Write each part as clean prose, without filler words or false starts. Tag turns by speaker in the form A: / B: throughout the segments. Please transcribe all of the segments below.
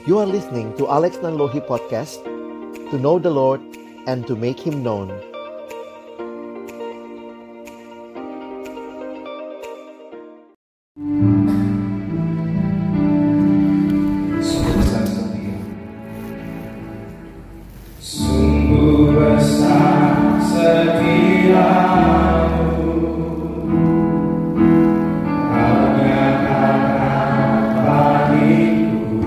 A: You are listening to Alex Nanlohi Podcast, to know the Lord and to make Him known.
B: Sungguh besar setiamu, Kau nyatakan bagiku.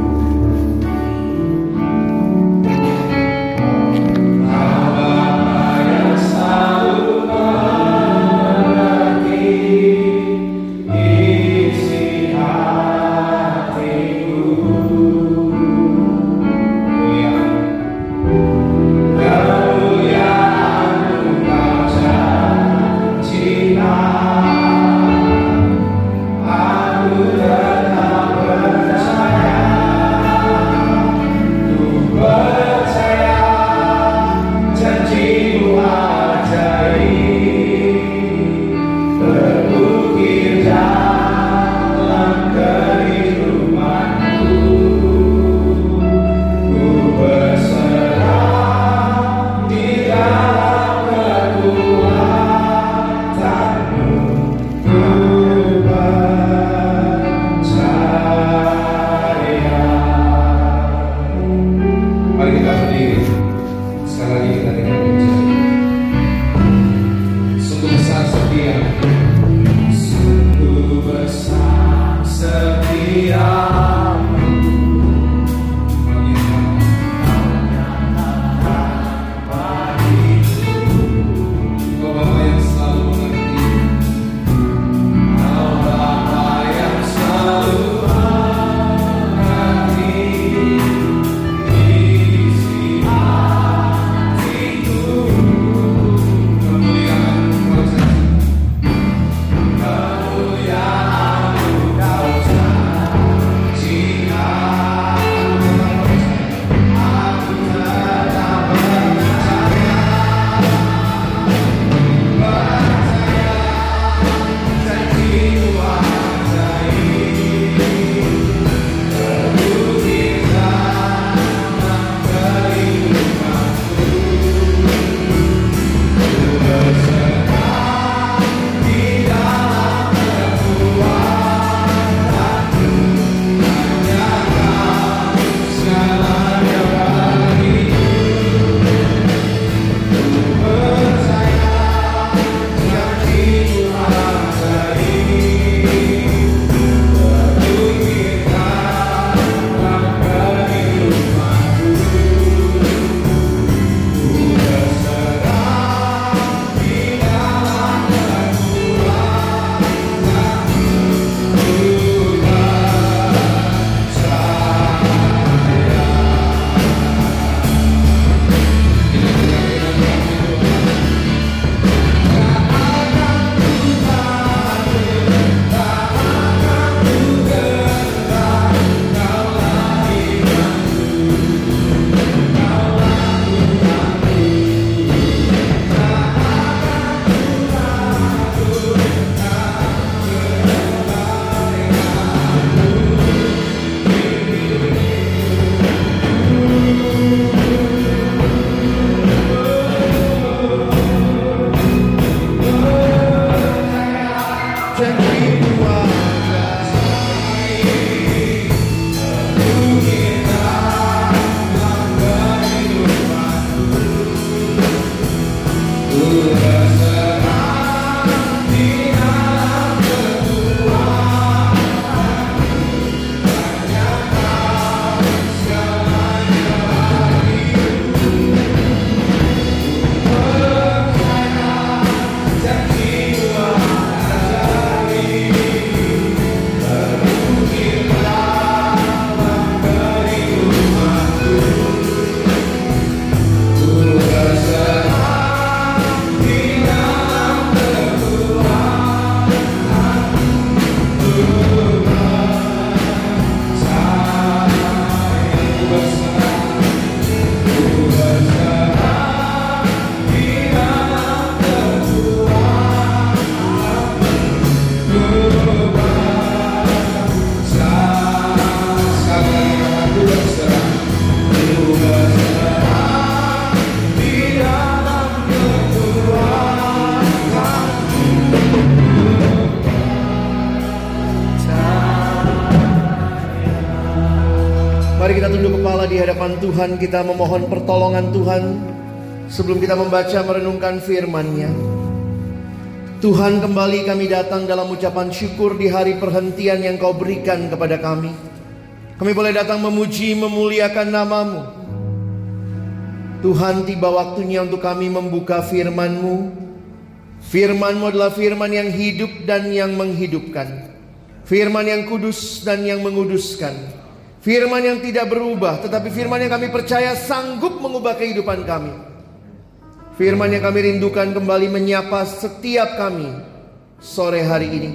B: Kau Bapa yang selalu mengerti isi hatiku. Mari kita berdiri. Sekali lagi kita dengar pujian. Sungguh besar setiamu, sungguh besar setiamu. Kau Bapa yang selalu mengerti. Kau Bapa yang selalu mengerti isi hatiku. Kemuliaan Kau janjikan, aku tetap percaya, janji-Mu ajaib, terbukti dalam kehidupanku. Ku berserah di dalam kekuatanmu, hanya Kau segalanya bagiku. Ku percaya janji-Mu ajaib, terbukti dalam kehidupanku. Ku berserah di dalam kekuatanmu, ku janji-Mu ajaib.
A: Mari kita tunduk kepala di hadapan Tuhan. Kita memohon pertolongan Tuhan sebelum kita membaca merenungkan firman-Nya. Tuhan, kembali kami datang dalam ucapan syukur di hari perhentian yang Kau berikan kepada kami. Kami boleh datang memuji, memuliakan nama-Mu. Tuhan, tiba waktunya untuk kami membuka firman-Mu. Firman-Mu adalah firman yang hidup dan yang menghidupkan. Firman yang kudus dan yang menguduskan. Firman yang tidak berubah, tetapi firman yang kami percaya sanggup mengubah kehidupan kami. Firman yang kami rindukan kembali menyapa setiap kami sore hari ini.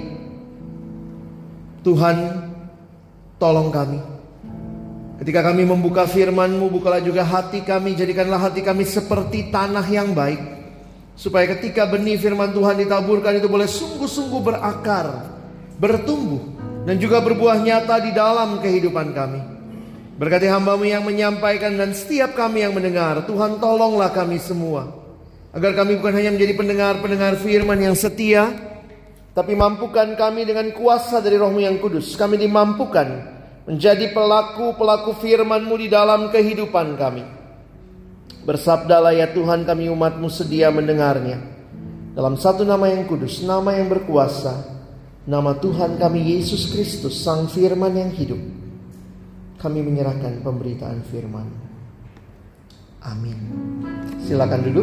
A: Tuhan, tolong kami. Ketika kami membuka firman-Mu, bukalah juga hati kami. Jadikanlah hati kami seperti tanah yang baik, supaya ketika benih firman Tuhan ditaburkan itu boleh sungguh-sungguh berakar, bertumbuh, dan juga berbuah nyata di dalam kehidupan kami. Berkati hamba-Mu yang menyampaikan dan setiap kami yang mendengar. Tuhan, tolonglah kami semua, agar kami bukan hanya menjadi pendengar-pendengar firman yang setia, tapi mampukan kami dengan kuasa dari Roh-Mu yang kudus. Kami dimampukan menjadi pelaku-pelaku firman-Mu di dalam kehidupan kami. Bersabdalah ya Tuhan, kami umat-Mu sedia mendengarnya. Dalam satu nama yang kudus, nama yang berkuasa, nama Tuhan kami Yesus Kristus, Sang Firman yang hidup, kami menyerahkan pemberitaan firman. Amin. Silakan duduk.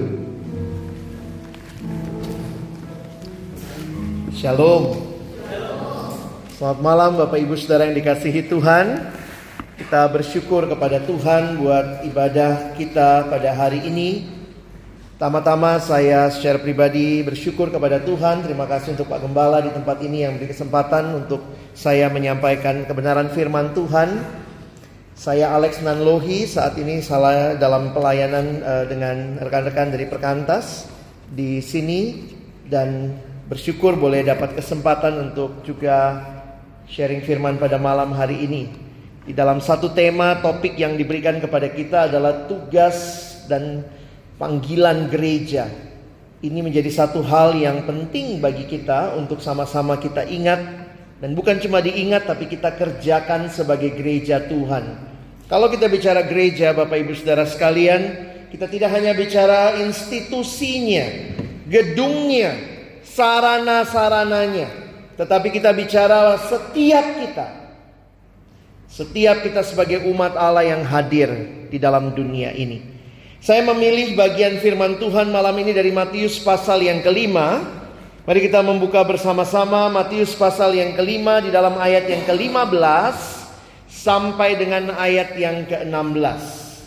A: Shalom. Selamat malam Bapak Ibu Saudara yang dikasihi Tuhan. Kita bersyukur kepada Tuhan buat ibadah kita pada hari ini. Pertama-tama saya secara pribadi bersyukur kepada Tuhan. Terima kasih untuk Pak Gembala di tempat ini yang beri kesempatan untuk saya menyampaikan kebenaran firman Tuhan. Saya Alex Nanlohi, saat ini saya dalam pelayanan dengan rekan-rekan dari Perkantas di sini, dan bersyukur boleh dapat kesempatan untuk juga sharing firman pada malam hari ini. Di dalam satu tema, topik yang diberikan kepada kita adalah tugas dan panggilan gereja. Ini menjadi satu hal yang penting bagi kita untuk sama-sama kita ingat. Dan bukan cuma diingat, tapi kita kerjakan sebagai gereja Tuhan. Kalau kita bicara gereja, Bapak Ibu Saudara sekalian, kita tidak hanya bicara institusinya, gedungnya, sarana-sarananya, tetapi kita bicara setiap kita sebagai umat Allah yang hadir di dalam dunia ini. Saya memilih bagian firman Tuhan malam ini dari Matius pasal yang ke-5. Mari kita membuka bersama-sama Matius pasal yang ke-5 di dalam ayat yang ke-15 sampai dengan ayat yang ke-16.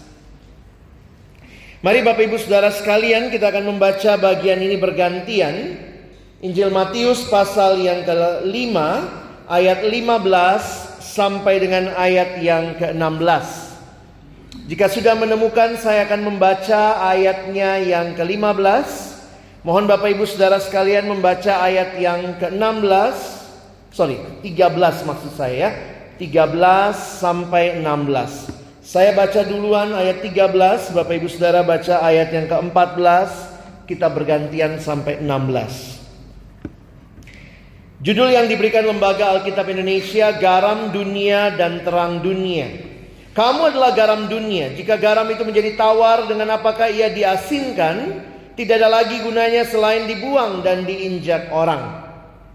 A: Mari Bapak Ibu Saudara sekalian, kita akan membaca bagian ini bergantian. Injil Matius pasal yang ke-5 ayat 15 sampai dengan ayat yang ke-16. Jika sudah menemukan, saya akan membaca ayatnya yang ke-15. Mohon Bapak Ibu Saudara sekalian membaca ayat yang ke-16. 13 maksud saya, 13 sampai 16. Saya baca duluan ayat 13, Bapak Ibu Saudara baca ayat yang ke-14. Kita bergantian sampai 16. Judul yang diberikan Lembaga Alkitab Indonesia, Garam Dunia dan Terang Dunia. Kamu adalah garam dunia. Jika garam itu menjadi tawar, dengan apakah ia diasinkan? Tidak ada lagi gunanya selain dibuang dan diinjak orang.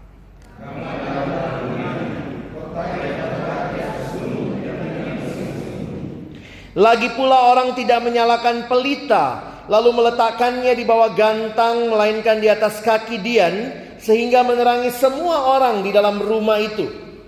A: Lagi pula orang tidak menyalakan pelita, lalu meletakkannya di bawah gantang, melainkan di atas kaki dian, sehingga menerangi semua orang di dalam rumah itu.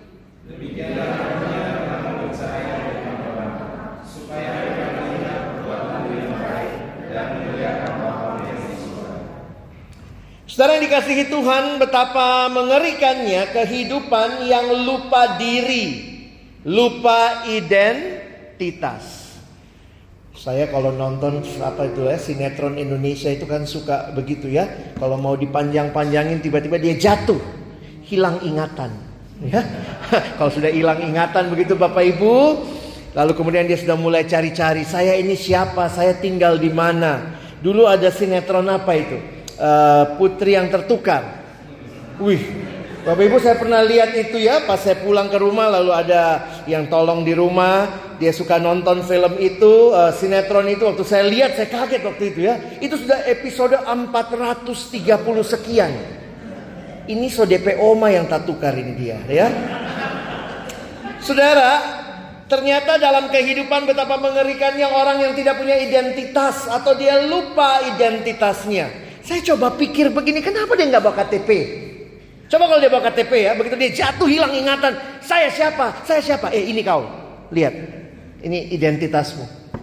A: Saudara yang dikasihi Tuhan, betapa mengerikannya kehidupan yang lupa diri, lupa identitas. Saya kalau nonton sinetron Indonesia itu kan suka begitu ya. Kalau mau dipanjang-panjangin tiba-tiba dia jatuh, hilang ingatan. Ya. Kalau sudah hilang ingatan begitu Bapak Ibu, lalu kemudian dia sudah mulai cari-cari, saya ini siapa, saya tinggal di mana. Dulu ada sinetron apa itu? Putri yang tertukar. Wih, Bapak Ibu saya pernah lihat itu ya. Pas saya pulang ke rumah, lalu ada yang tolong di rumah, dia suka nonton film itu, sinetron itu. Waktu saya lihat, saya kaget waktu itu ya. Itu sudah episode 430 sekian. Ini so DP Oma yang tak tukar ini dia ya. Saudara, ternyata dalam kehidupan betapa mengerikannya orang yang tidak punya identitas atau dia lupa identitasnya. Saya coba pikir begini, kenapa dia nggak bawa KTP? Coba kalau dia bawa KTP ya, begitu dia jatuh hilang ingatan. Saya siapa? Saya siapa? Ini kau. Lihat, ini identitasmu.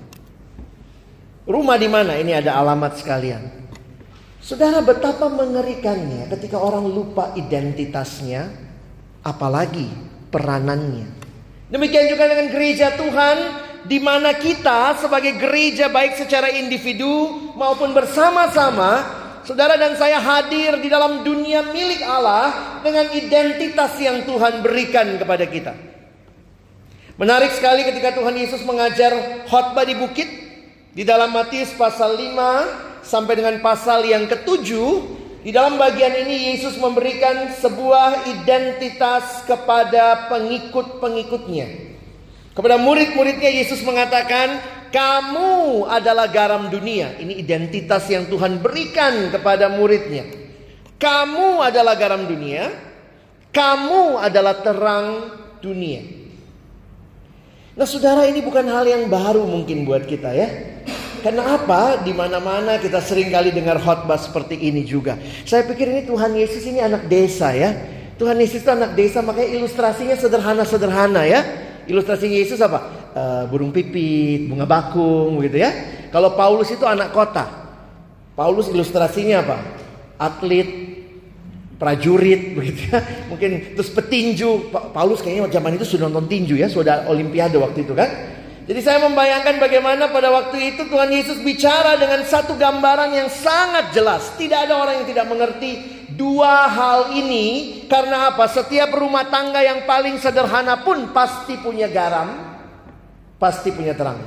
A: Rumah di mana? Ini ada alamat sekalian. Saudara, betapa mengerikannya ketika orang lupa identitasnya, apalagi peranannya. Demikian juga dengan gereja Tuhan, di mana kita sebagai gereja baik secara individu maupun bersama-sama, saudara dan saya hadir di dalam dunia milik Allah dengan identitas yang Tuhan berikan kepada kita. Menarik sekali ketika Tuhan Yesus mengajar khotbah di bukit, di dalam Matius pasal 5 sampai dengan pasal yang ke-7. Di dalam bagian ini Yesus memberikan sebuah identitas kepada pengikut-pengikutnya. Kepada murid-muridnya Yesus mengatakan, kamu adalah garam dunia. Ini identitas yang Tuhan berikan kepada muridnya. Kamu adalah garam dunia. Kamu adalah terang dunia. Nah saudara, ini bukan hal yang baru mungkin buat kita ya. Karena apa? Di mana-mana kita sering kali dengar khotbah seperti ini juga. Saya pikir ini Tuhan Yesus ini anak desa ya. Tuhan Yesus itu anak desa, makanya ilustrasinya sederhana-sederhana ya. Ilustrasi Yesus apa? Burung pipit, bunga bakung gitu ya. Kalau Paulus itu anak kota. Paulus ilustrasinya apa? Atlet, prajurit begitu ya. Mungkin terus petinju. Paulus kayaknya zaman itu sudah nonton tinju ya, sudah olimpiade waktu itu kan. Jadi saya membayangkan bagaimana pada waktu itu Tuhan Yesus bicara dengan satu gambaran yang sangat jelas. Tidak ada orang yang tidak mengerti dua hal ini. Karena apa? Setiap rumah tangga yang paling sederhana pun pasti punya garam, pasti punya terang.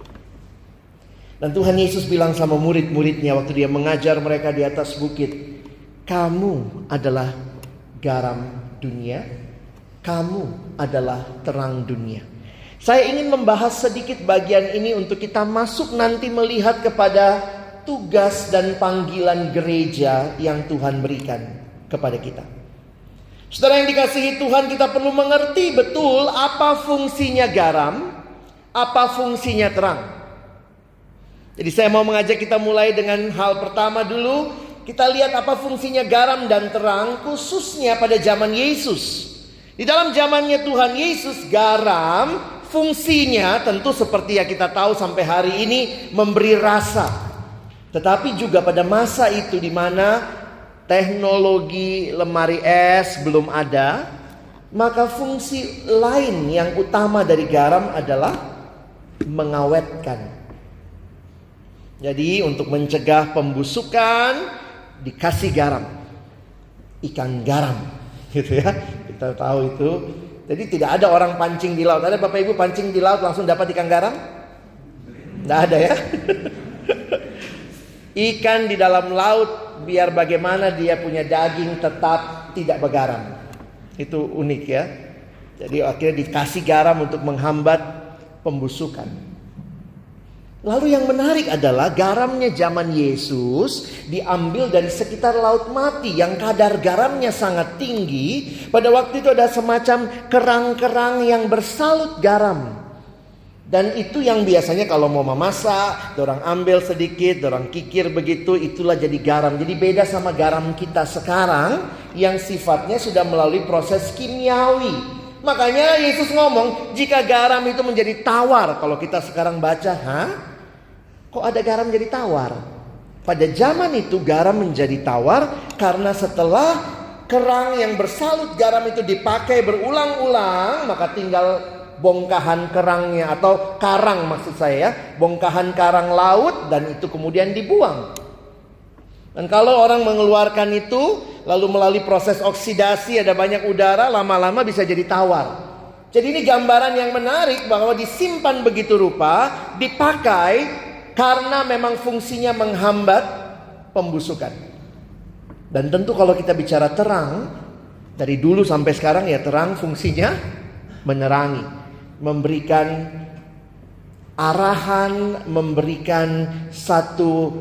A: Dan Tuhan Yesus bilang sama murid-muridnya waktu dia mengajar mereka di atas bukit, kamu adalah garam dunia, kamu adalah terang dunia. Saya ingin membahas sedikit bagian ini untuk kita masuk nanti melihat kepada tugas dan panggilan gereja yang Tuhan berikan kepada kita. Saudara yang dikasihi Tuhan, kita perlu mengerti betul apa fungsinya garam, apa fungsinya terang. Jadi saya mau mengajak kita mulai dengan hal pertama dulu. Kita lihat apa fungsinya garam dan terang khususnya pada zaman Yesus. Di dalam zamannya Tuhan Yesus, garam fungsinya tentu seperti yang kita tahu sampai hari ini memberi rasa. Tetapi juga pada masa itu di mana teknologi lemari es belum ada, maka fungsi lain yang utama dari garam adalah mengawetkan. Jadi untuk mencegah pembusukan dikasih garam, ikan garam, gitu ya. Kita tahu itu. Jadi tidak ada orang pancing di laut. Ada Bapak Ibu pancing di laut langsung dapat ikan garam? Tidak ada ya. Ikan di dalam laut biar bagaimana dia punya daging tetap tidak bergaram. Itu unik ya. Jadi akhirnya dikasih garam untuk menghambat pembusukan. Lalu yang menarik adalah garamnya zaman Yesus diambil dari sekitar Laut Mati yang kadar garamnya sangat tinggi. Pada waktu itu ada semacam kerang-kerang yang bersalut garam. Dan itu yang biasanya kalau mau memasak, dorang ambil sedikit, dorang kikir begitu, itulah jadi garam. Jadi beda sama garam kita sekarang yang sifatnya sudah melalui proses kimiawi. Makanya Yesus ngomong, jika garam itu menjadi tawar. Kalau kita sekarang baca, kok ada garam jadi tawar? Pada zaman itu garam menjadi tawar karena setelah kerang yang bersalut garam itu dipakai berulang-ulang, maka tinggal bongkahan kerangnya atau karang maksud saya ya, bongkahan karang laut dan itu kemudian dibuang. Dan kalau orang mengeluarkan itu lalu melalui proses oksidasi ada banyak udara, lama-lama bisa jadi tawar. Jadi ini gambaran yang menarik bahwa disimpan begitu rupa, dipakai karena memang fungsinya menghambat pembusukan. Dan tentu kalau kita bicara terang, dari dulu sampai sekarang ya terang fungsinya menerangi, memberikan arahan, memberikan satu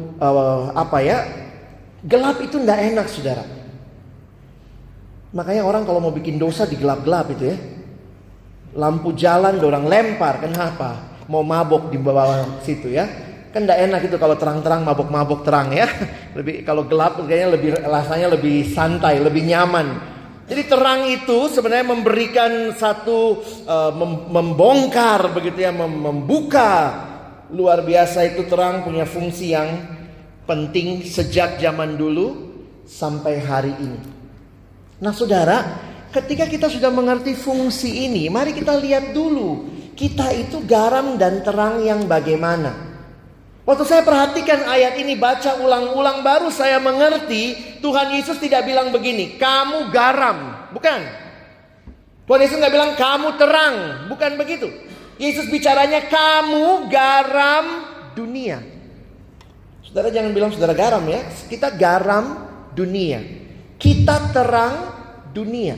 A: gelap itu tidak enak, saudara. Makanya orang kalau mau bikin dosa digelap-gelap itu ya. Lampu jalan orang lempar, kenapa? Mau mabok di bawah situ ya. Kan tidak enak itu kalau terang-terang mabok-mabok terang ya. Lebih kalau gelap kayaknya rasanya lebih santai, lebih nyaman. Jadi terang itu sebenarnya memberikan satu membongkar begitu ya, membuka. Luar biasa itu terang punya fungsi yang penting sejak zaman dulu sampai hari ini. Nah saudara, ketika kita sudah mengerti fungsi ini, mari kita lihat dulu. Kita itu garam dan terang yang bagaimana. Waktu saya perhatikan ayat ini, baca ulang-ulang, baru saya mengerti Tuhan Yesus tidak bilang begini, kamu garam. Bukan. Tuhan Yesus nggak bilang kamu terang. Bukan begitu. Yesus bicaranya kamu garam dunia. Saudara jangan bilang saudara garam ya. Kita garam dunia. Kita terang dunia.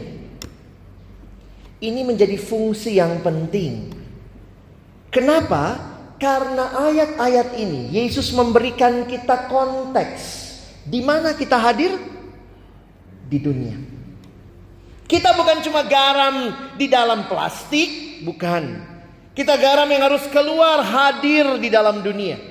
A: Ini menjadi fungsi yang penting. Kenapa? Karena ayat-ayat ini Yesus memberikan kita konteks di mana kita hadir di dunia. Kita bukan cuma garam di dalam plastik, bukan. Kita garam yang harus keluar hadir di dalam dunia.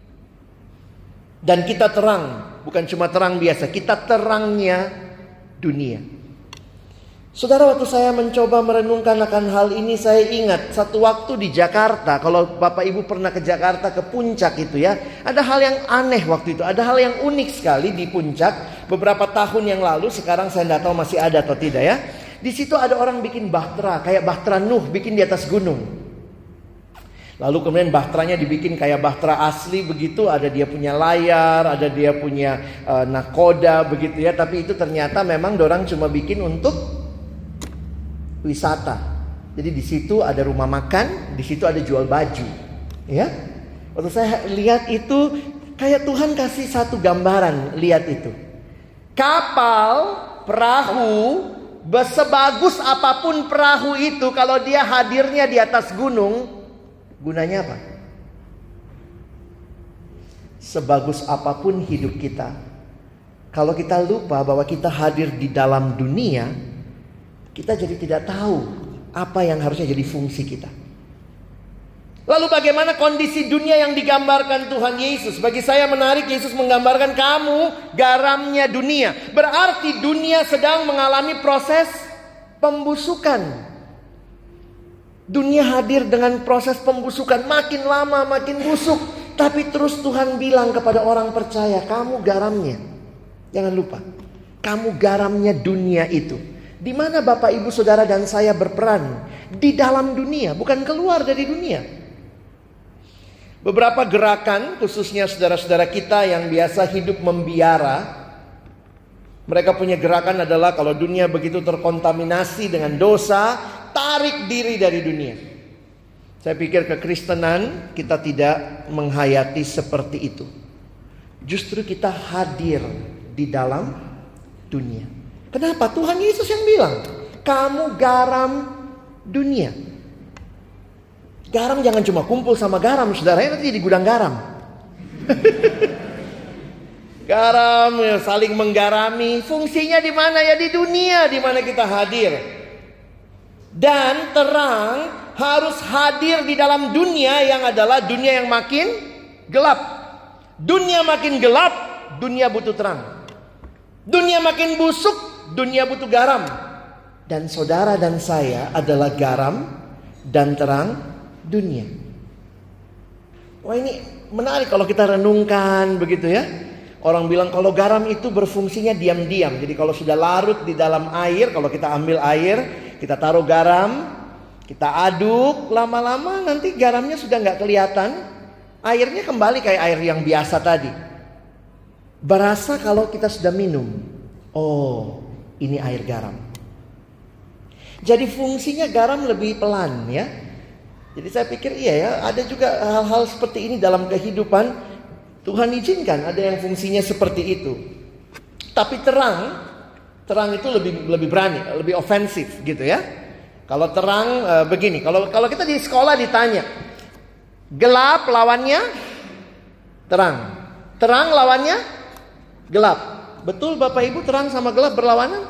A: Dan kita terang, bukan cuma terang biasa, kita terangnya dunia. Saudara, waktu saya mencoba merenungkan akan hal ini, saya ingat satu waktu di Jakarta. Kalau Bapak Ibu pernah ke Jakarta, ke Puncak itu ya, ada hal yang aneh waktu itu. Ada hal yang unik sekali di Puncak. Beberapa tahun yang lalu, sekarang saya tidak tahu masih ada atau tidak ya. Di situ ada orang bikin bahtera, kayak bahtera Nuh, bikin di atas gunung. Lalu kemudian bahteranya dibikin kayak bahtera asli begitu. Ada dia punya layar, ada dia punya nakoda begitu ya. Tapi itu ternyata memang dorang cuma bikin untuk wisata. Jadi di situ ada rumah makan, di situ ada jual baju. Ya. Waktu saya lihat itu kayak Tuhan kasih satu gambaran, lihat itu. Kapal, perahu, sebagus apapun perahu itu kalau dia hadirnya di atas gunung, gunanya apa? Sebagus apapun hidup kita, kalau kita lupa bahwa kita hadir di dalam dunia, kita jadi tidak tahu apa yang harusnya jadi fungsi kita. Lalu bagaimana kondisi dunia yang digambarkan Tuhan Yesus? Bagi saya menarik, Yesus menggambarkan kamu garamnya dunia. Berarti dunia sedang mengalami proses pembusukan. Dunia hadir dengan proses pembusukan, makin lama makin busuk. Tapi terus Tuhan bilang kepada orang percaya, kamu garamnya. Jangan lupa, kamu garamnya dunia itu. Di mana Bapak Ibu Saudara dan saya berperan? Di dalam dunia, bukan keluar dari dunia. Beberapa gerakan, khususnya saudara-saudara kita yang biasa hidup membiara, mereka punya gerakan adalah kalau dunia begitu terkontaminasi dengan dosa, tarik diri dari dunia. Saya pikir kekristenan kita tidak menghayati seperti itu. Justru kita hadir di dalam dunia. Kenapa? Tuhan Yesus yang bilang, kamu garam dunia. Garam jangan cuma kumpul sama garam, saudara, nanti di gudang garam. Garam saling menggarami, fungsinya di mana ya? Di dunia di mana kita hadir. Dan terang harus hadir di dalam dunia yang adalah dunia yang makin gelap. Dunia makin gelap, dunia butuh terang. Dunia makin busuk, dunia butuh garam. Dan saudara dan saya adalah garam dan terang dunia. Wah, ini menarik kalau kita renungkan begitu ya. Orang bilang kalau garam itu berfungsinya diam-diam. Jadi kalau sudah larut di dalam air, kalau kita ambil air, kita taruh garam, kita aduk, lama-lama nanti garamnya sudah nggak kelihatan. Airnya kembali kayak air yang biasa tadi. Berasa kalau kita sudah minum, oh ini air garam. Jadi fungsinya garam lebih pelan ya. Jadi saya pikir iya ya, ada juga hal-hal seperti ini dalam kehidupan. Tuhan izinkan ada yang fungsinya seperti itu. Tapi terang itu lebih berani, lebih ofensif gitu ya. Kalau terang begini, kalau kita di sekolah ditanya, Gelap lawannya terang. Terang lawannya gelap. Betul Bapak Ibu, terang sama gelap berlawanan?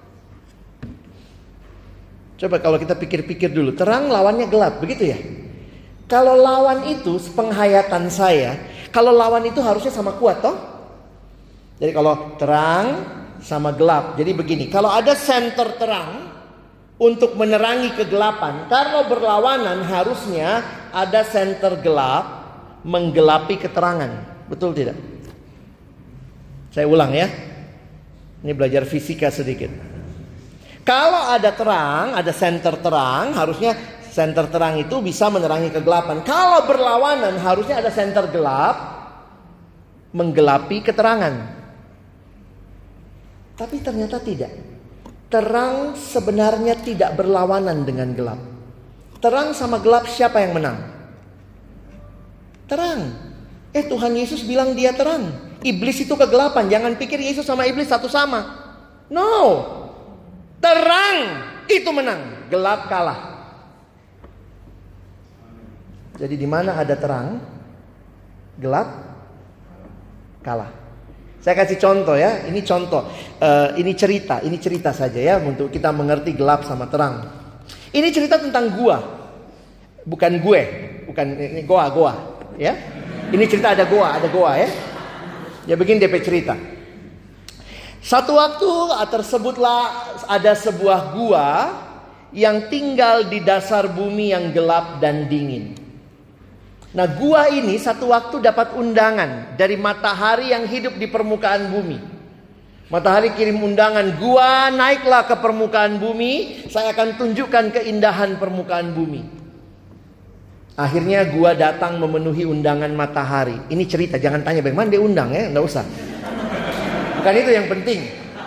A: Coba kalau kita pikir-pikir dulu, terang lawannya gelap, begitu ya? Kalau lawan itu, penghayatan saya, kalau lawan itu harusnya sama kuat toh? Jadi kalau terang sama gelap, jadi begini, kalau ada senter terang untuk menerangi kegelapan, kalau berlawanan harusnya ada senter gelap menggelapi keterangan. Betul tidak? Saya ulang ya. Ini belajar fisika sedikit. Kalau ada terang, ada senter terang, harusnya senter terang itu bisa menerangi kegelapan. Kalau berlawanan harusnya ada senter gelap menggelapi keterangan. Tapi ternyata tidak. Terang sebenarnya tidak berlawanan dengan gelap. Terang sama gelap siapa yang menang? Terang. Tuhan Yesus bilang dia terang. Iblis itu kegelapan. Jangan pikir Yesus sama iblis satu sama. No. Terang itu menang. Gelap kalah. Jadi di mana ada terang, gelap kalah. Saya kasih contoh ya, ini contoh, ini cerita saja ya untuk kita mengerti gelap sama terang. Ini cerita tentang gua, bukan gue, bukan ini goa ya. Ini cerita ada goa ya. Ya begini DP cerita. Satu waktu tersebutlah ada sebuah gua yang tinggal di dasar bumi yang gelap dan dingin. Nah, gua ini satu waktu dapat undangan dari matahari yang hidup di permukaan bumi. Matahari kirim undangan, gua naiklah ke permukaan bumi, saya akan tunjukkan keindahan permukaan bumi. Akhirnya gua datang memenuhi undangan matahari. Ini cerita, jangan tanya bagaimana dia undang ya, enggak usah. Bukan itu yang penting.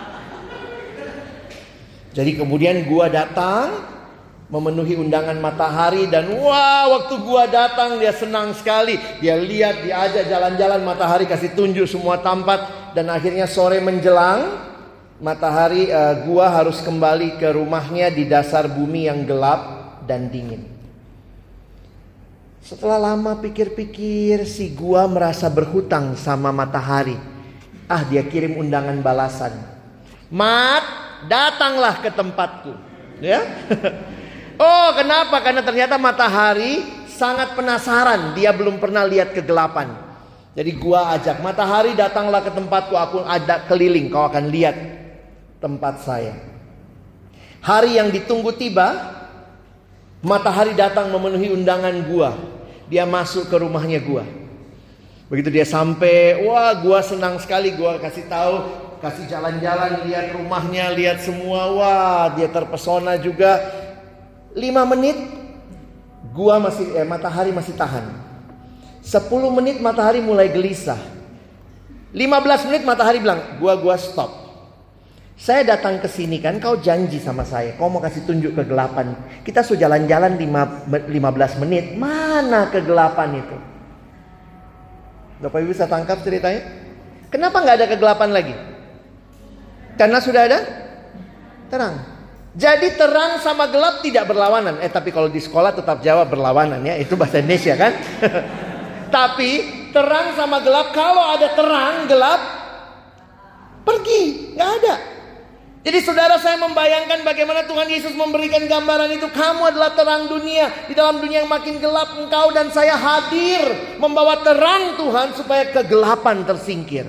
A: Jadi kemudian gua datang memenuhi undangan matahari dan wah, waktu gua datang dia senang sekali. Dia lihat, diajak jalan-jalan, matahari kasih tunjuk semua tempat. Dan akhirnya sore menjelang, matahari gua harus kembali ke rumahnya di dasar bumi yang gelap dan dingin. Setelah lama pikir-pikir, si gua merasa berhutang sama matahari. Dia kirim undangan balasan. Mat, datanglah ke tempatku. Ya. Oh, kenapa? Karena ternyata matahari sangat penasaran. Dia belum pernah lihat kegelapan. Jadi gua ajak, matahari datanglah ke tempatku, aku ada keliling, kau akan lihat tempat saya. Hari yang ditunggu tiba, matahari datang memenuhi undangan gua. Dia masuk ke rumahnya gua. Begitu dia sampai, wah gua senang sekali, gua kasih tahu, kasih jalan-jalan, lihat rumahnya, lihat semua. Wah, dia terpesona juga. 5 menit gua matahari masih tahan. 10 menit matahari mulai gelisah. 15 menit matahari bilang, gua stop. Saya datang ke sini kan, kau janji sama saya, kau mau kasih tunjuk kegelapan. Kita sudah jalan-jalan 15 menit, mana kegelapan itu? Bapak Ibu bisa tangkap ceritanya? Kenapa nggak ada kegelapan lagi? Karena sudah ada terang. Jadi terang sama gelap tidak berlawanan. Tapi kalau di sekolah tetap jawab berlawanan ya. Itu bahasa Indonesia kan. Tapi terang sama gelap, kalau ada terang, gelap pergi, nggak ada. Jadi saudara, saya membayangkan bagaimana Tuhan Yesus memberikan gambaran itu. Kamu adalah terang dunia. Di dalam dunia yang makin gelap, engkau dan saya hadir membawa terang Tuhan supaya kegelapan tersingkir.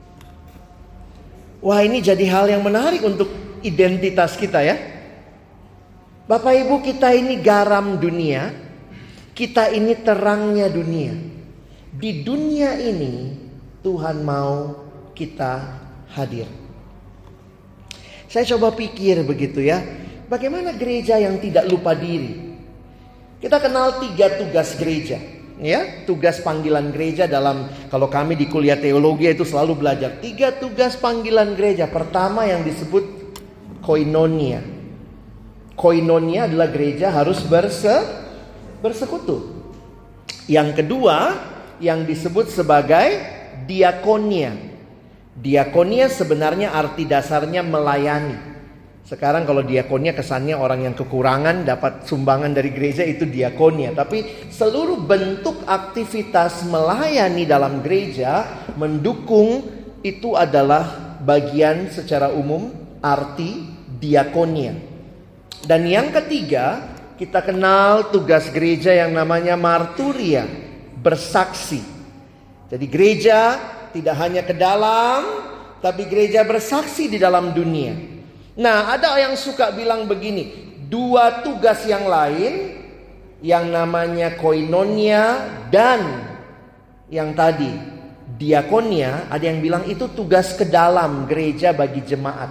A: Wah, ini jadi hal yang menarik untuk identitas kita ya. Bapak Ibu, kita ini garam dunia. Kita ini terangnya dunia. Di dunia ini Tuhan mau kita hadir. Saya coba pikir begitu ya. Bagaimana gereja yang tidak lupa diri? Kita kenal 3 tugas gereja. Ya, tugas panggilan gereja dalam, kalau kami di kuliah teologi itu selalu belajar 3 tugas panggilan gereja. Pertama yang disebut koinonia. Koinonia adalah gereja harus bersekutu. Yang kedua yang disebut sebagai diakonia. Diakonia sebenarnya arti dasarnya melayani. Sekarang kalau diakonia kesannya orang yang kekurangan dapat sumbangan dari gereja itu diakonia. Tapi seluruh bentuk aktivitas melayani dalam gereja, mendukung, itu adalah bagian secara umum arti diakonia. Dan yang ketiga, kita kenal tugas gereja yang namanya marturia, bersaksi. Jadi gereja tidak hanya ke dalam, tapi gereja bersaksi di dalam dunia. Nah, ada yang suka bilang begini, dua tugas yang lain, yang namanya koinonia dan yang tadi diakonia, ada yang bilang itu tugas ke dalam gereja bagi jemaat.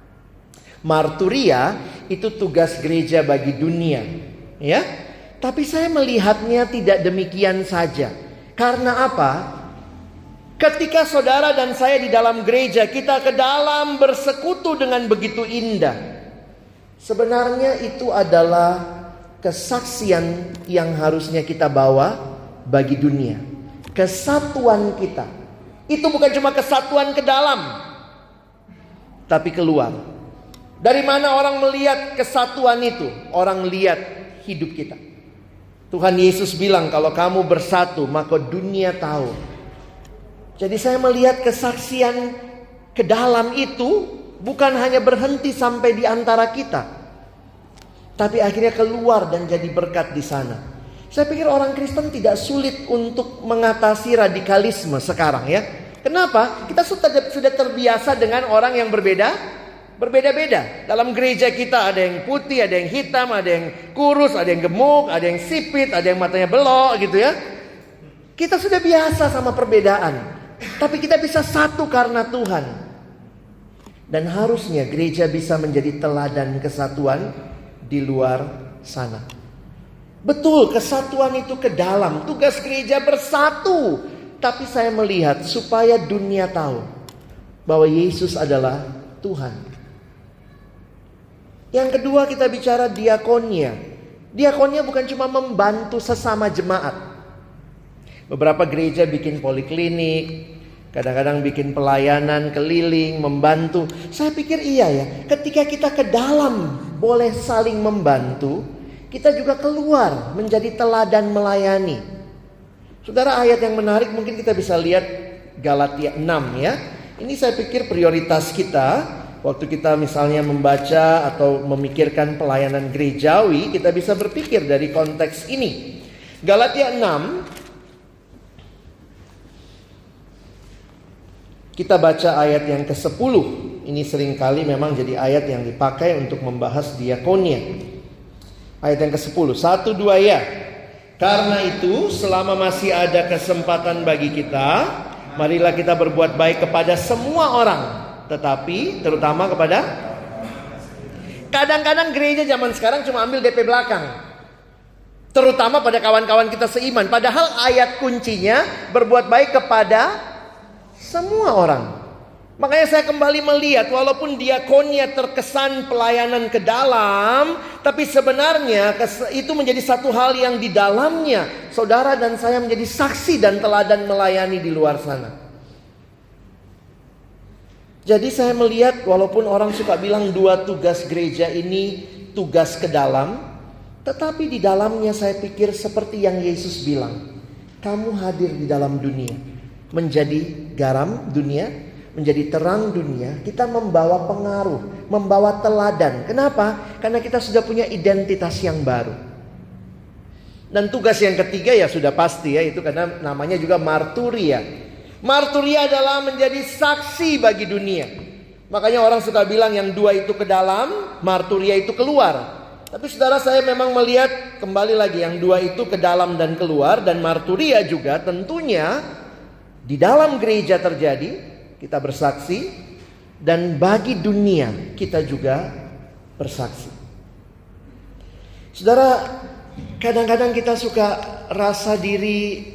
A: Marturia itu tugas gereja bagi dunia, ya. Tapi saya melihatnya tidak demikian saja. Karena apa? Ketika saudara dan saya di dalam gereja, kita ke dalam bersekutu dengan begitu indah. Sebenarnya itu adalah kesaksian yang harusnya kita bawa bagi dunia. Kesatuan kita. Itu bukan cuma kesatuan ke dalam, tapi keluar. Dari mana orang melihat kesatuan itu? Orang lihat hidup kita. Tuhan Yesus bilang, kalau kamu bersatu, maka dunia tahu. Jadi saya melihat kesaksian ke dalam itu bukan hanya berhenti sampai di antara kita, tapi akhirnya keluar dan jadi berkat di sana. Saya pikir orang Kristen tidak sulit untuk mengatasi radikalisme sekarang, ya. Kenapa? Kita sudah terbiasa dengan orang yang berbeda-beda. Dalam gereja kita ada yang putih, ada yang hitam, ada yang kurus, ada yang gemuk, ada yang sipit, ada yang matanya belok gitu, ya. Kita sudah biasa sama perbedaan. Tapi kita bisa satu karena Tuhan. Dan harusnya gereja bisa menjadi teladan kesatuan di luar sana. Betul, kesatuan itu ke dalam. Tugas gereja bersatu. Tapi saya melihat supaya dunia tahu bahwa Yesus adalah Tuhan. Yang kedua, kita bicara diakonia. Diakonia bukan cuma membantu sesama jemaat. Beberapa gereja bikin poliklinik, kadang-kadang bikin pelayanan keliling, membantu. Saya pikir iya ya, ketika kita ke dalam boleh saling membantu, kita juga keluar menjadi teladan melayani. Saudara, ayat yang menarik mungkin kita bisa lihat Galatia 6 ya. Ini saya pikir prioritas kita. Waktu kita misalnya membaca atau memikirkan pelayanan gerejawi, kita bisa berpikir dari konteks ini. Galatia 6, kita baca ayat yang ke-10. Ini seringkali memang jadi ayat yang dipakai untuk membahas diakonia. Ayat yang ke-10, 1, 2 ya. Karena itu selama masih ada kesempatan bagi kita, marilah kita berbuat baik kepada semua orang. Tetapi terutama kepada, kadang-kadang gereja zaman sekarang cuma ambil DP belakang, terutama pada kawan-kawan kita seiman. Padahal ayat kuncinya berbuat baik kepada semua orang. Makanya saya kembali melihat, walaupun diakonia terkesan pelayanan ke dalam, tapi sebenarnya itu menjadi satu hal yang di dalamnya saudara dan saya menjadi saksi dan teladan melayani di luar sana. Jadi saya melihat, walaupun orang suka bilang dua tugas gereja ini tugas ke dalam, tetapi di dalamnya saya pikir seperti yang Yesus bilang, kamu hadir di dalam dunia, menjadi garam dunia, menjadi terang dunia. Kita membawa pengaruh, membawa teladan. Kenapa? Karena kita sudah punya identitas yang baru. Dan tugas yang ketiga ya sudah pasti ya, itu karena namanya juga marturia. Marturia adalah menjadi saksi bagi dunia. Makanya orang suka bilang yang dua itu ke dalam, marturia itu keluar. Tapi saudara, saya memang melihat kembali lagi yang dua itu ke dalam dan keluar. Dan marturia juga tentunya di dalam gereja terjadi, kita bersaksi, dan bagi dunia kita juga bersaksi. Saudara, kadang-kadang kita suka rasa diri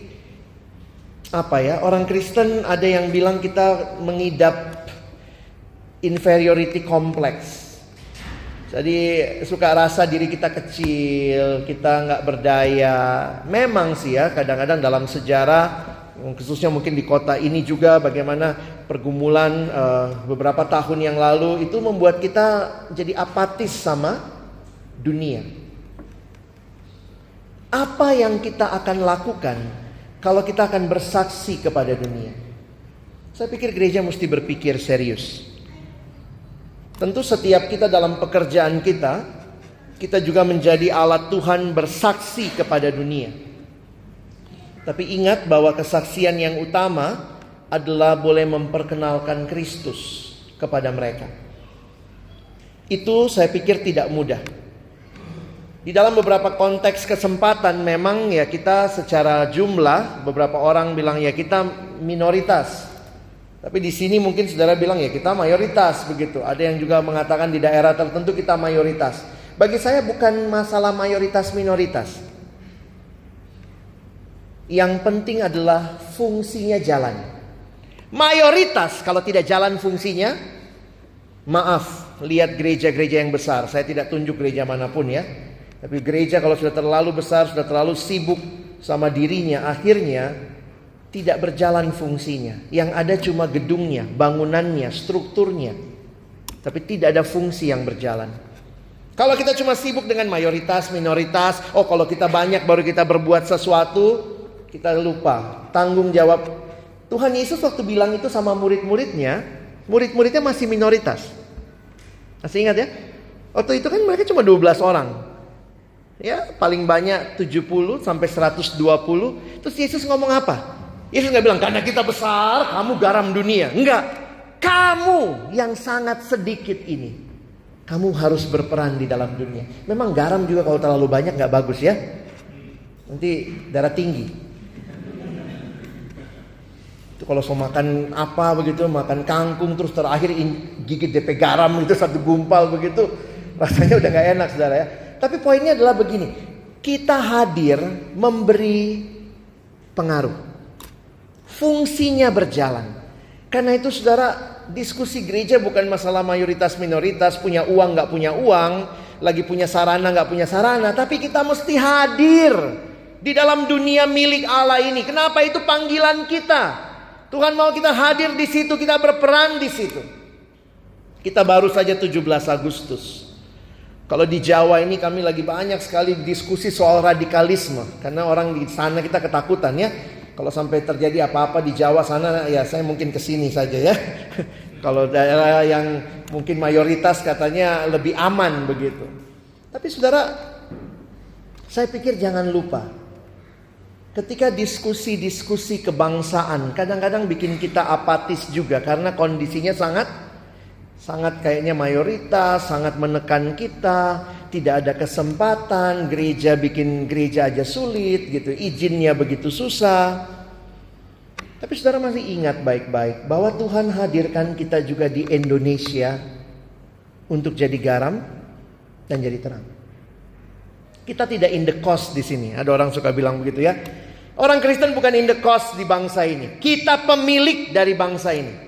A: orang Kristen ada yang bilang kita mengidap inferiority complex. Jadi suka rasa diri kita kecil, kita nggak berdaya. Memang sih ya, kadang-kadang dalam sejarah, khususnya mungkin di kota ini juga, bagaimana pergumulan beberapa tahun yang lalu itu membuat kita jadi apatis sama dunia. Apa yang kita akan lakukan kalau kita akan bersaksi kepada dunia? Saya pikir gereja mesti berpikir serius. Tentu setiap kita dalam pekerjaan kita juga menjadi alat Tuhan bersaksi kepada dunia. Tapi ingat bahwa kesaksian yang utama adalah boleh memperkenalkan Kristus kepada mereka. Itu saya pikir tidak mudah. Di dalam beberapa konteks kesempatan memang ya kita secara jumlah, beberapa orang bilang ya kita minoritas. Tapi di sini mungkin saudara bilang ya kita mayoritas begitu. Ada yang juga mengatakan di daerah tertentu kita mayoritas. Bagi saya bukan masalah mayoritas minoritas. Yang penting adalah fungsinya jalan. Mayoritas kalau tidak jalan fungsinya, maaf, lihat gereja-gereja yang besar. Saya tidak tunjuk gereja manapun ya. Tapi gereja kalau sudah terlalu besar, sudah terlalu sibuk sama dirinya, akhirnya tidak berjalan fungsinya. Yang ada cuma gedungnya, bangunannya, strukturnya. Tapi tidak ada fungsi yang berjalan. Kalau kita cuma sibuk dengan mayoritas, minoritas, kalau kita banyak baru kita berbuat sesuatu, kita lupa tanggung jawab. Tuhan Yesus waktu bilang itu sama murid-muridnya masih minoritas. Masih ingat ya? Waktu itu kan mereka cuma 12 orang. Ya, paling banyak 70 sampai 120. Terus Yesus ngomong apa? Yesus gak bilang, karena kita besar, kamu garam dunia. Enggak. Kamu yang sangat sedikit ini, kamu harus berperan di dalam dunia. Memang garam juga kalau terlalu banyak gak bagus ya. Nanti darah tinggi. Itu kalau mau makan apa begitu, makan kangkung terus terakhir gigit DP garam gitu satu gumpal begitu, rasanya udah gak enak saudara ya. Tapi poinnya adalah begini, kita hadir memberi pengaruh, fungsinya berjalan. Karena itu saudara, diskusi gereja bukan masalah mayoritas minoritas, punya uang gak punya uang, lagi punya sarana gak punya sarana, tapi kita mesti hadir di dalam dunia milik Allah ini. Kenapa? Itu panggilan kita. Tuhan mau kita hadir di situ, kita berperan di situ. Kita baru saja 17 Agustus. Kalau di Jawa ini kami lagi banyak sekali diskusi soal radikalisme. Karena orang di sana kita ketakutan ya. Kalau sampai terjadi apa-apa di Jawa sana, ya saya mungkin kesini saja ya. Kalau daerah yang mungkin mayoritas katanya lebih aman begitu. Tapi saudara, saya pikir jangan lupa. Ketika diskusi-diskusi kebangsaan kadang-kadang bikin kita apatis juga. Karena kondisinya sangat kayaknya mayoritas, sangat menekan kita. Tidak ada kesempatan, gereja bikin gereja aja sulit gitu. Izinnya begitu susah. Tapi saudara masih ingat baik-baik bahwa Tuhan hadirkan kita juga di Indonesia untuk jadi garam dan jadi terang. Kita tidak in the cost di sini. Ada orang suka bilang begitu ya. Orang Kristen bukan in the cost di bangsa ini. Kita pemilik dari bangsa ini.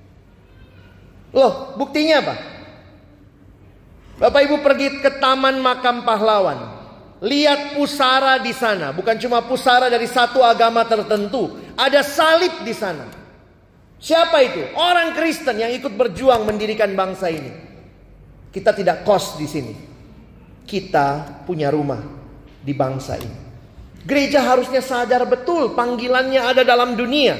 A: Loh, buktinya apa? Bapak Ibu pergi ke Taman Makam Pahlawan. Lihat pusara di sana. Bukan cuma pusara dari satu agama tertentu. Ada salib di sana. Siapa itu? Orang Kristen yang ikut berjuang mendirikan bangsa ini. Kita tidak cost di sini. Kita punya rumah di bangsa ini. Gereja harusnya sadar betul panggilannya ada dalam dunia.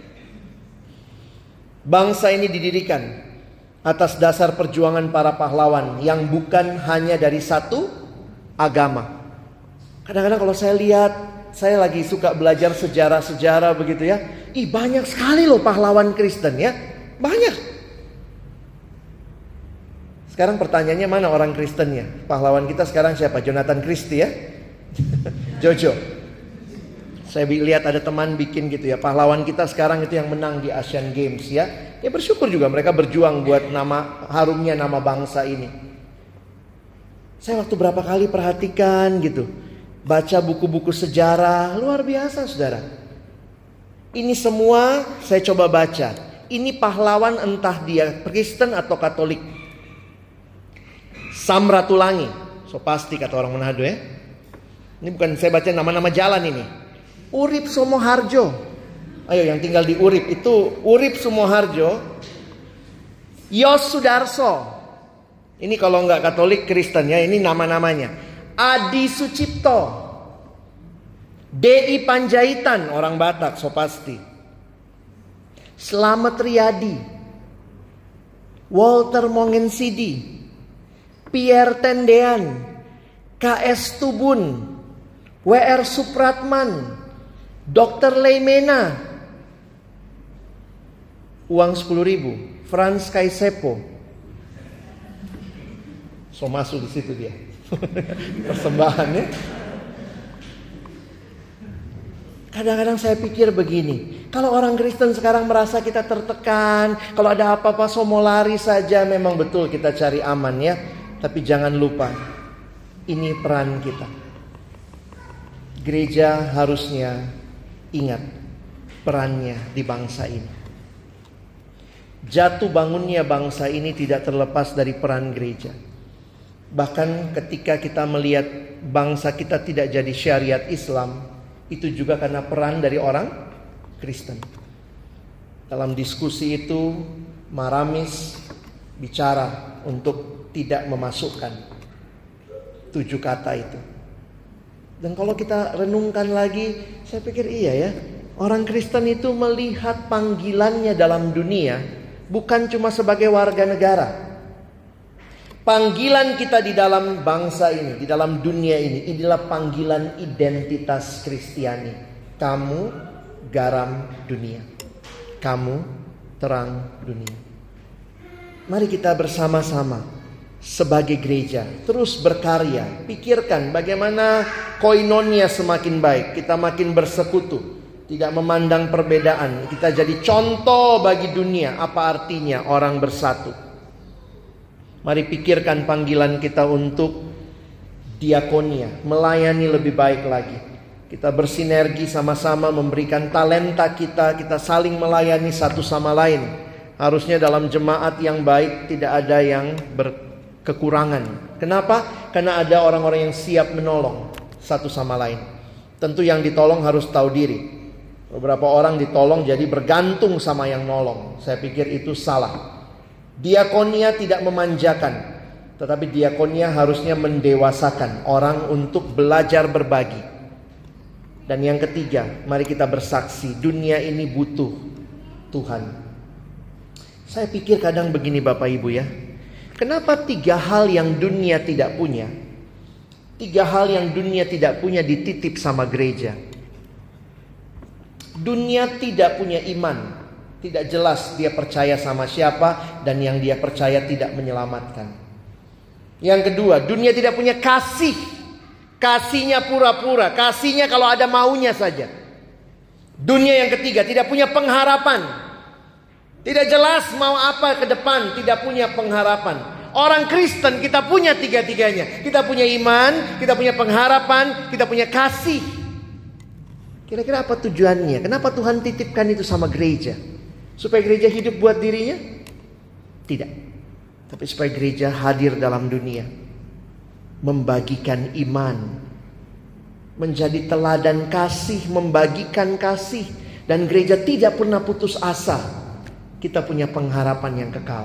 A: Bangsa ini didirikan atas dasar perjuangan para pahlawan yang bukan hanya dari satu agama. Kadang-kadang kalau saya lihat, saya lagi suka belajar sejarah-sejarah begitu ya. Banyak sekali loh pahlawan Kristen ya. Banyak. Sekarang pertanyaannya mana orang Kristennya? Pahlawan kita sekarang siapa? Jonathan Christie ya? Jojo. Saya lihat ada teman bikin gitu ya. Pahlawan kita sekarang itu yang menang di Asian Games ya. Ya bersyukur juga mereka berjuang buat harumnya nama bangsa ini. Saya waktu berapa kali perhatikan gitu. Baca buku-buku sejarah. Luar biasa saudara. Ini semua saya coba baca. Ini pahlawan entah dia Kristen atau Katolik. Samratulangi. So pasti kata orang Manado ya. Ini bukan saya baca nama-nama jalan ini. Urip Somoharjo. Ayo yang tinggal di Urip, itu Urip Sumoharjo. Yos Sudarso. Ini kalau nggak Katolik Kristen ya, ini nama-namanya. Adi Sucipto. D.I. Panjaitan, orang Batak so pasti. Slamet Riyadi. Walter Mongensidi. Pierre Tendean. K.S. Tubun. W.R. Supratman. Dr. Leimena. Uang 10.000. Franz Kaisepo. So masuk di situ dia. Persembahannya. Kadang-kadang saya pikir begini, kalau orang Kristen sekarang merasa kita tertekan, kalau ada apa-apa so mau lari saja, memang betul kita cari aman ya. Tapi jangan lupa, ini peran kita. Gereja harusnya ingat perannya di bangsa ini. Jatuh bangunnya bangsa ini tidak terlepas dari peran gereja. Bahkan ketika kita melihat bangsa kita tidak jadi syariat Islam, itu juga karena peran dari orang Kristen. Dalam diskusi itu, Maramis bicara untuk tidak memasukkan 7 kata itu. Dan kalau kita renungkan lagi, saya pikir iya ya. Orang Kristen itu melihat panggilannya dalam dunia bukan cuma sebagai warga negara. Panggilan kita di dalam bangsa ini, di dalam dunia ini, inilah panggilan identitas Kristiani. Kamu garam dunia. Kamu terang dunia. Mari kita bersama-sama sebagai gereja terus berkarya. Pikirkan bagaimana koinonia semakin baik. Kita makin bersekutu. Tidak memandang perbedaan. Kita jadi contoh bagi dunia. Apa artinya orang bersatu? Mari pikirkan panggilan kita untuk diakonia. Melayani lebih baik lagi. Kita bersinergi sama-sama memberikan talenta kita. Kita saling melayani satu sama lain. Harusnya dalam jemaat yang baik tidak ada yang berkekurangan. Kenapa? Karena ada orang-orang yang siap menolong satu sama lain. Tentu yang ditolong harus tahu diri. Beberapa orang ditolong jadi bergantung sama yang nolong. Saya pikir itu salah. Diakonia tidak memanjakan, tetapi diakonia harusnya mendewasakan orang untuk belajar berbagi. Dan yang ketiga, mari kita bersaksi, dunia ini butuh Tuhan. Saya pikir kadang begini Bapak Ibu ya. Kenapa 3 hal yang dunia tidak punya? 3 hal yang dunia tidak punya dititip sama gereja. Dunia tidak punya iman. Tidak jelas dia percaya sama siapa. Dan yang dia percaya tidak menyelamatkan. Yang kedua, dunia tidak punya kasih. Kasihnya pura-pura. Kasihnya kalau ada maunya saja. Dunia yang ketiga tidak punya pengharapan. Tidak jelas mau apa ke depan. Tidak punya pengharapan. Orang Kristen kita punya 3-tiganya. Kita punya iman, kita punya pengharapan, kita punya kasih. Kira-kira apa tujuannya? Kenapa Tuhan titipkan itu sama gereja? Supaya gereja hidup buat dirinya? Tidak. Tapi supaya gereja hadir dalam dunia. Membagikan iman. Menjadi teladan kasih. Membagikan kasih. Dan gereja tidak pernah putus asa. Kita punya pengharapan yang kekal.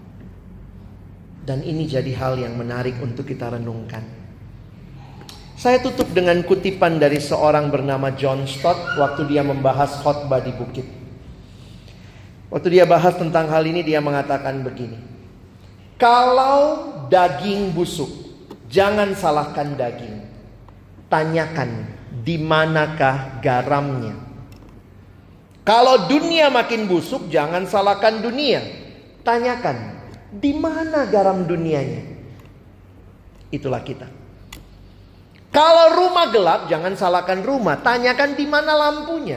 A: Dan ini jadi hal yang menarik untuk kita renungkan. Saya tutup dengan kutipan dari seorang bernama John Stott waktu dia membahas khotbah di bukit. Waktu dia bahas tentang hal ini dia mengatakan begini. Kalau daging busuk, jangan salahkan daging. Tanyakan di manakah garamnya. Kalau dunia makin busuk, jangan salahkan dunia. Tanyakan di mana garam dunianya. Itulah kita. Kalau rumah gelap, jangan salahkan rumah. Tanyakan di mana lampunya.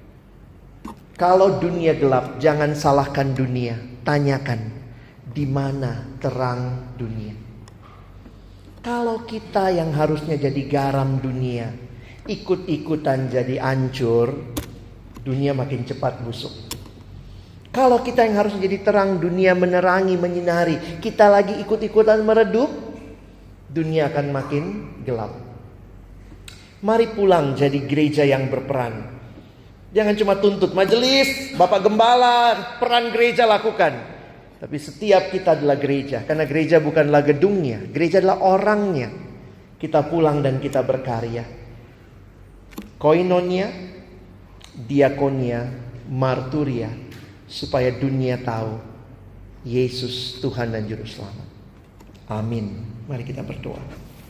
A: Kalau dunia gelap, jangan salahkan dunia. Tanyakan di mana terang dunia. Kalau kita yang harusnya jadi garam dunia, ikut-ikutan jadi hancur, dunia makin cepat busuk. Kalau kita yang harus jadi terang dunia, menerangi, menyinari, kita lagi ikut-ikutan meredup, dunia akan makin gelap. Mari pulang jadi gereja yang berperan. Jangan cuma tuntut majelis, Bapak Gembala, peran gereja lakukan. Tapi setiap kita adalah gereja. Karena gereja bukanlah gedungnya, gereja adalah orangnya. Kita pulang dan kita berkarya. Koinonia, diakonia, marturia. Supaya dunia tahu Yesus Tuhan dan Juru Selamat. Amin. Mari kita berdoa.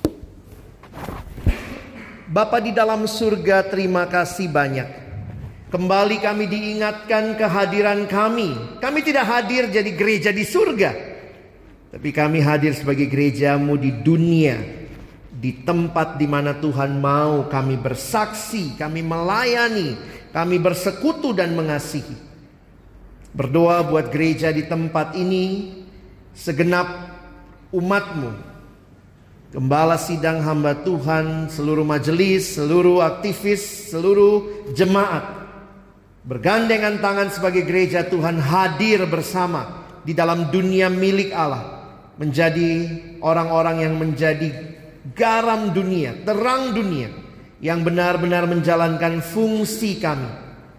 A: Bapa di dalam surga, terima kasih banyak. Kembali kami diingatkan kehadiran kami. Kami tidak hadir jadi gereja di surga, tapi kami hadir sebagai gerejamu di dunia. Di tempat di mana Tuhan mau kami bersaksi, kami melayani, kami bersekutu dan mengasihi. Berdoa buat gereja di tempat ini, segenap umatmu, gembala sidang hamba Tuhan, seluruh majelis, seluruh aktivis, seluruh jemaat, bergandengan tangan sebagai gereja Tuhan hadir bersama di dalam dunia milik Allah. Menjadi orang-orang yang menjadi garam dunia, terang dunia, yang benar-benar menjalankan fungsi kami.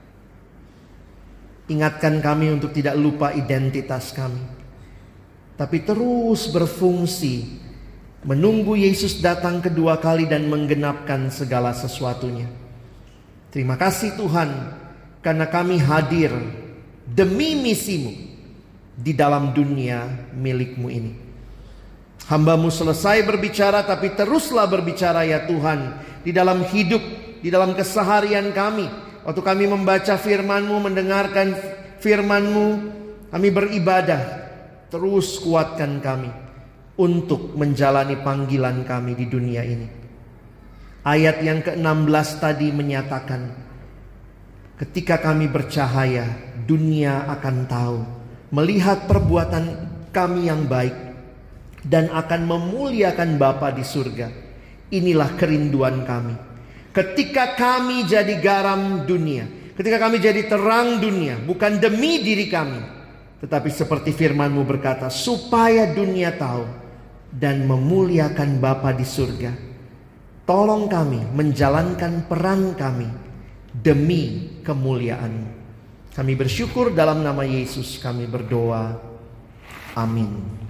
A: Ingatkan kami untuk tidak lupa identitas kami, tapi terus berfungsi menunggu Yesus datang kedua kali dan menggenapkan segala sesuatunya. Terima kasih Tuhan, karena kami hadir demi misimu di dalam dunia milikmu ini. Hamba-Mu selesai berbicara, tapi teruslah berbicara ya Tuhan, di dalam hidup, di dalam keseharian kami. Waktu kami membaca firman-Mu, mendengarkan firman-Mu, kami beribadah, terus kuatkan kami untuk menjalani panggilan kami di dunia ini. Ayat yang ke-16 tadi menyatakan, ketika kami bercahaya, dunia akan tahu, melihat perbuatan kami yang baik, dan akan memuliakan Bapa di surga. Inilah kerinduan kami. Ketika kami jadi garam dunia, ketika kami jadi terang dunia, bukan demi diri kami, tetapi seperti firman-Mu berkata, supaya dunia tahu dan memuliakan Bapa di surga. Tolong kami menjalankan peran kami demi kemuliaan-Mu. Kami bersyukur dalam nama Yesus kami berdoa. Amin.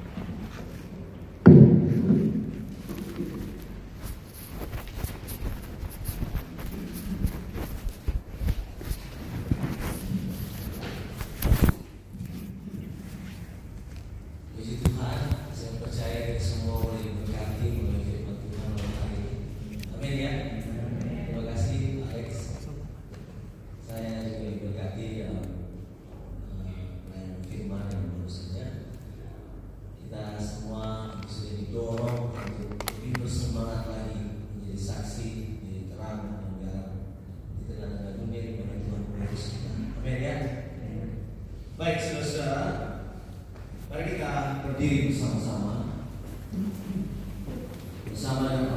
C: Puji Tuhan, saya percaya semua boleh diberkati oleh firman Tuhan malam hari ini. Amin ya. Terima kasih Alex. Saya juga diberkati firman yang baru saja. Kita semua sudah didorong untuk lebih bersemangat lagi menjadi saksi, menjadi terang dan garam di tengah-tengah dunia di mana Tuhan mengutus kita. Amin ya. Baik saudara, mari kita berdiri bersama-sama dengan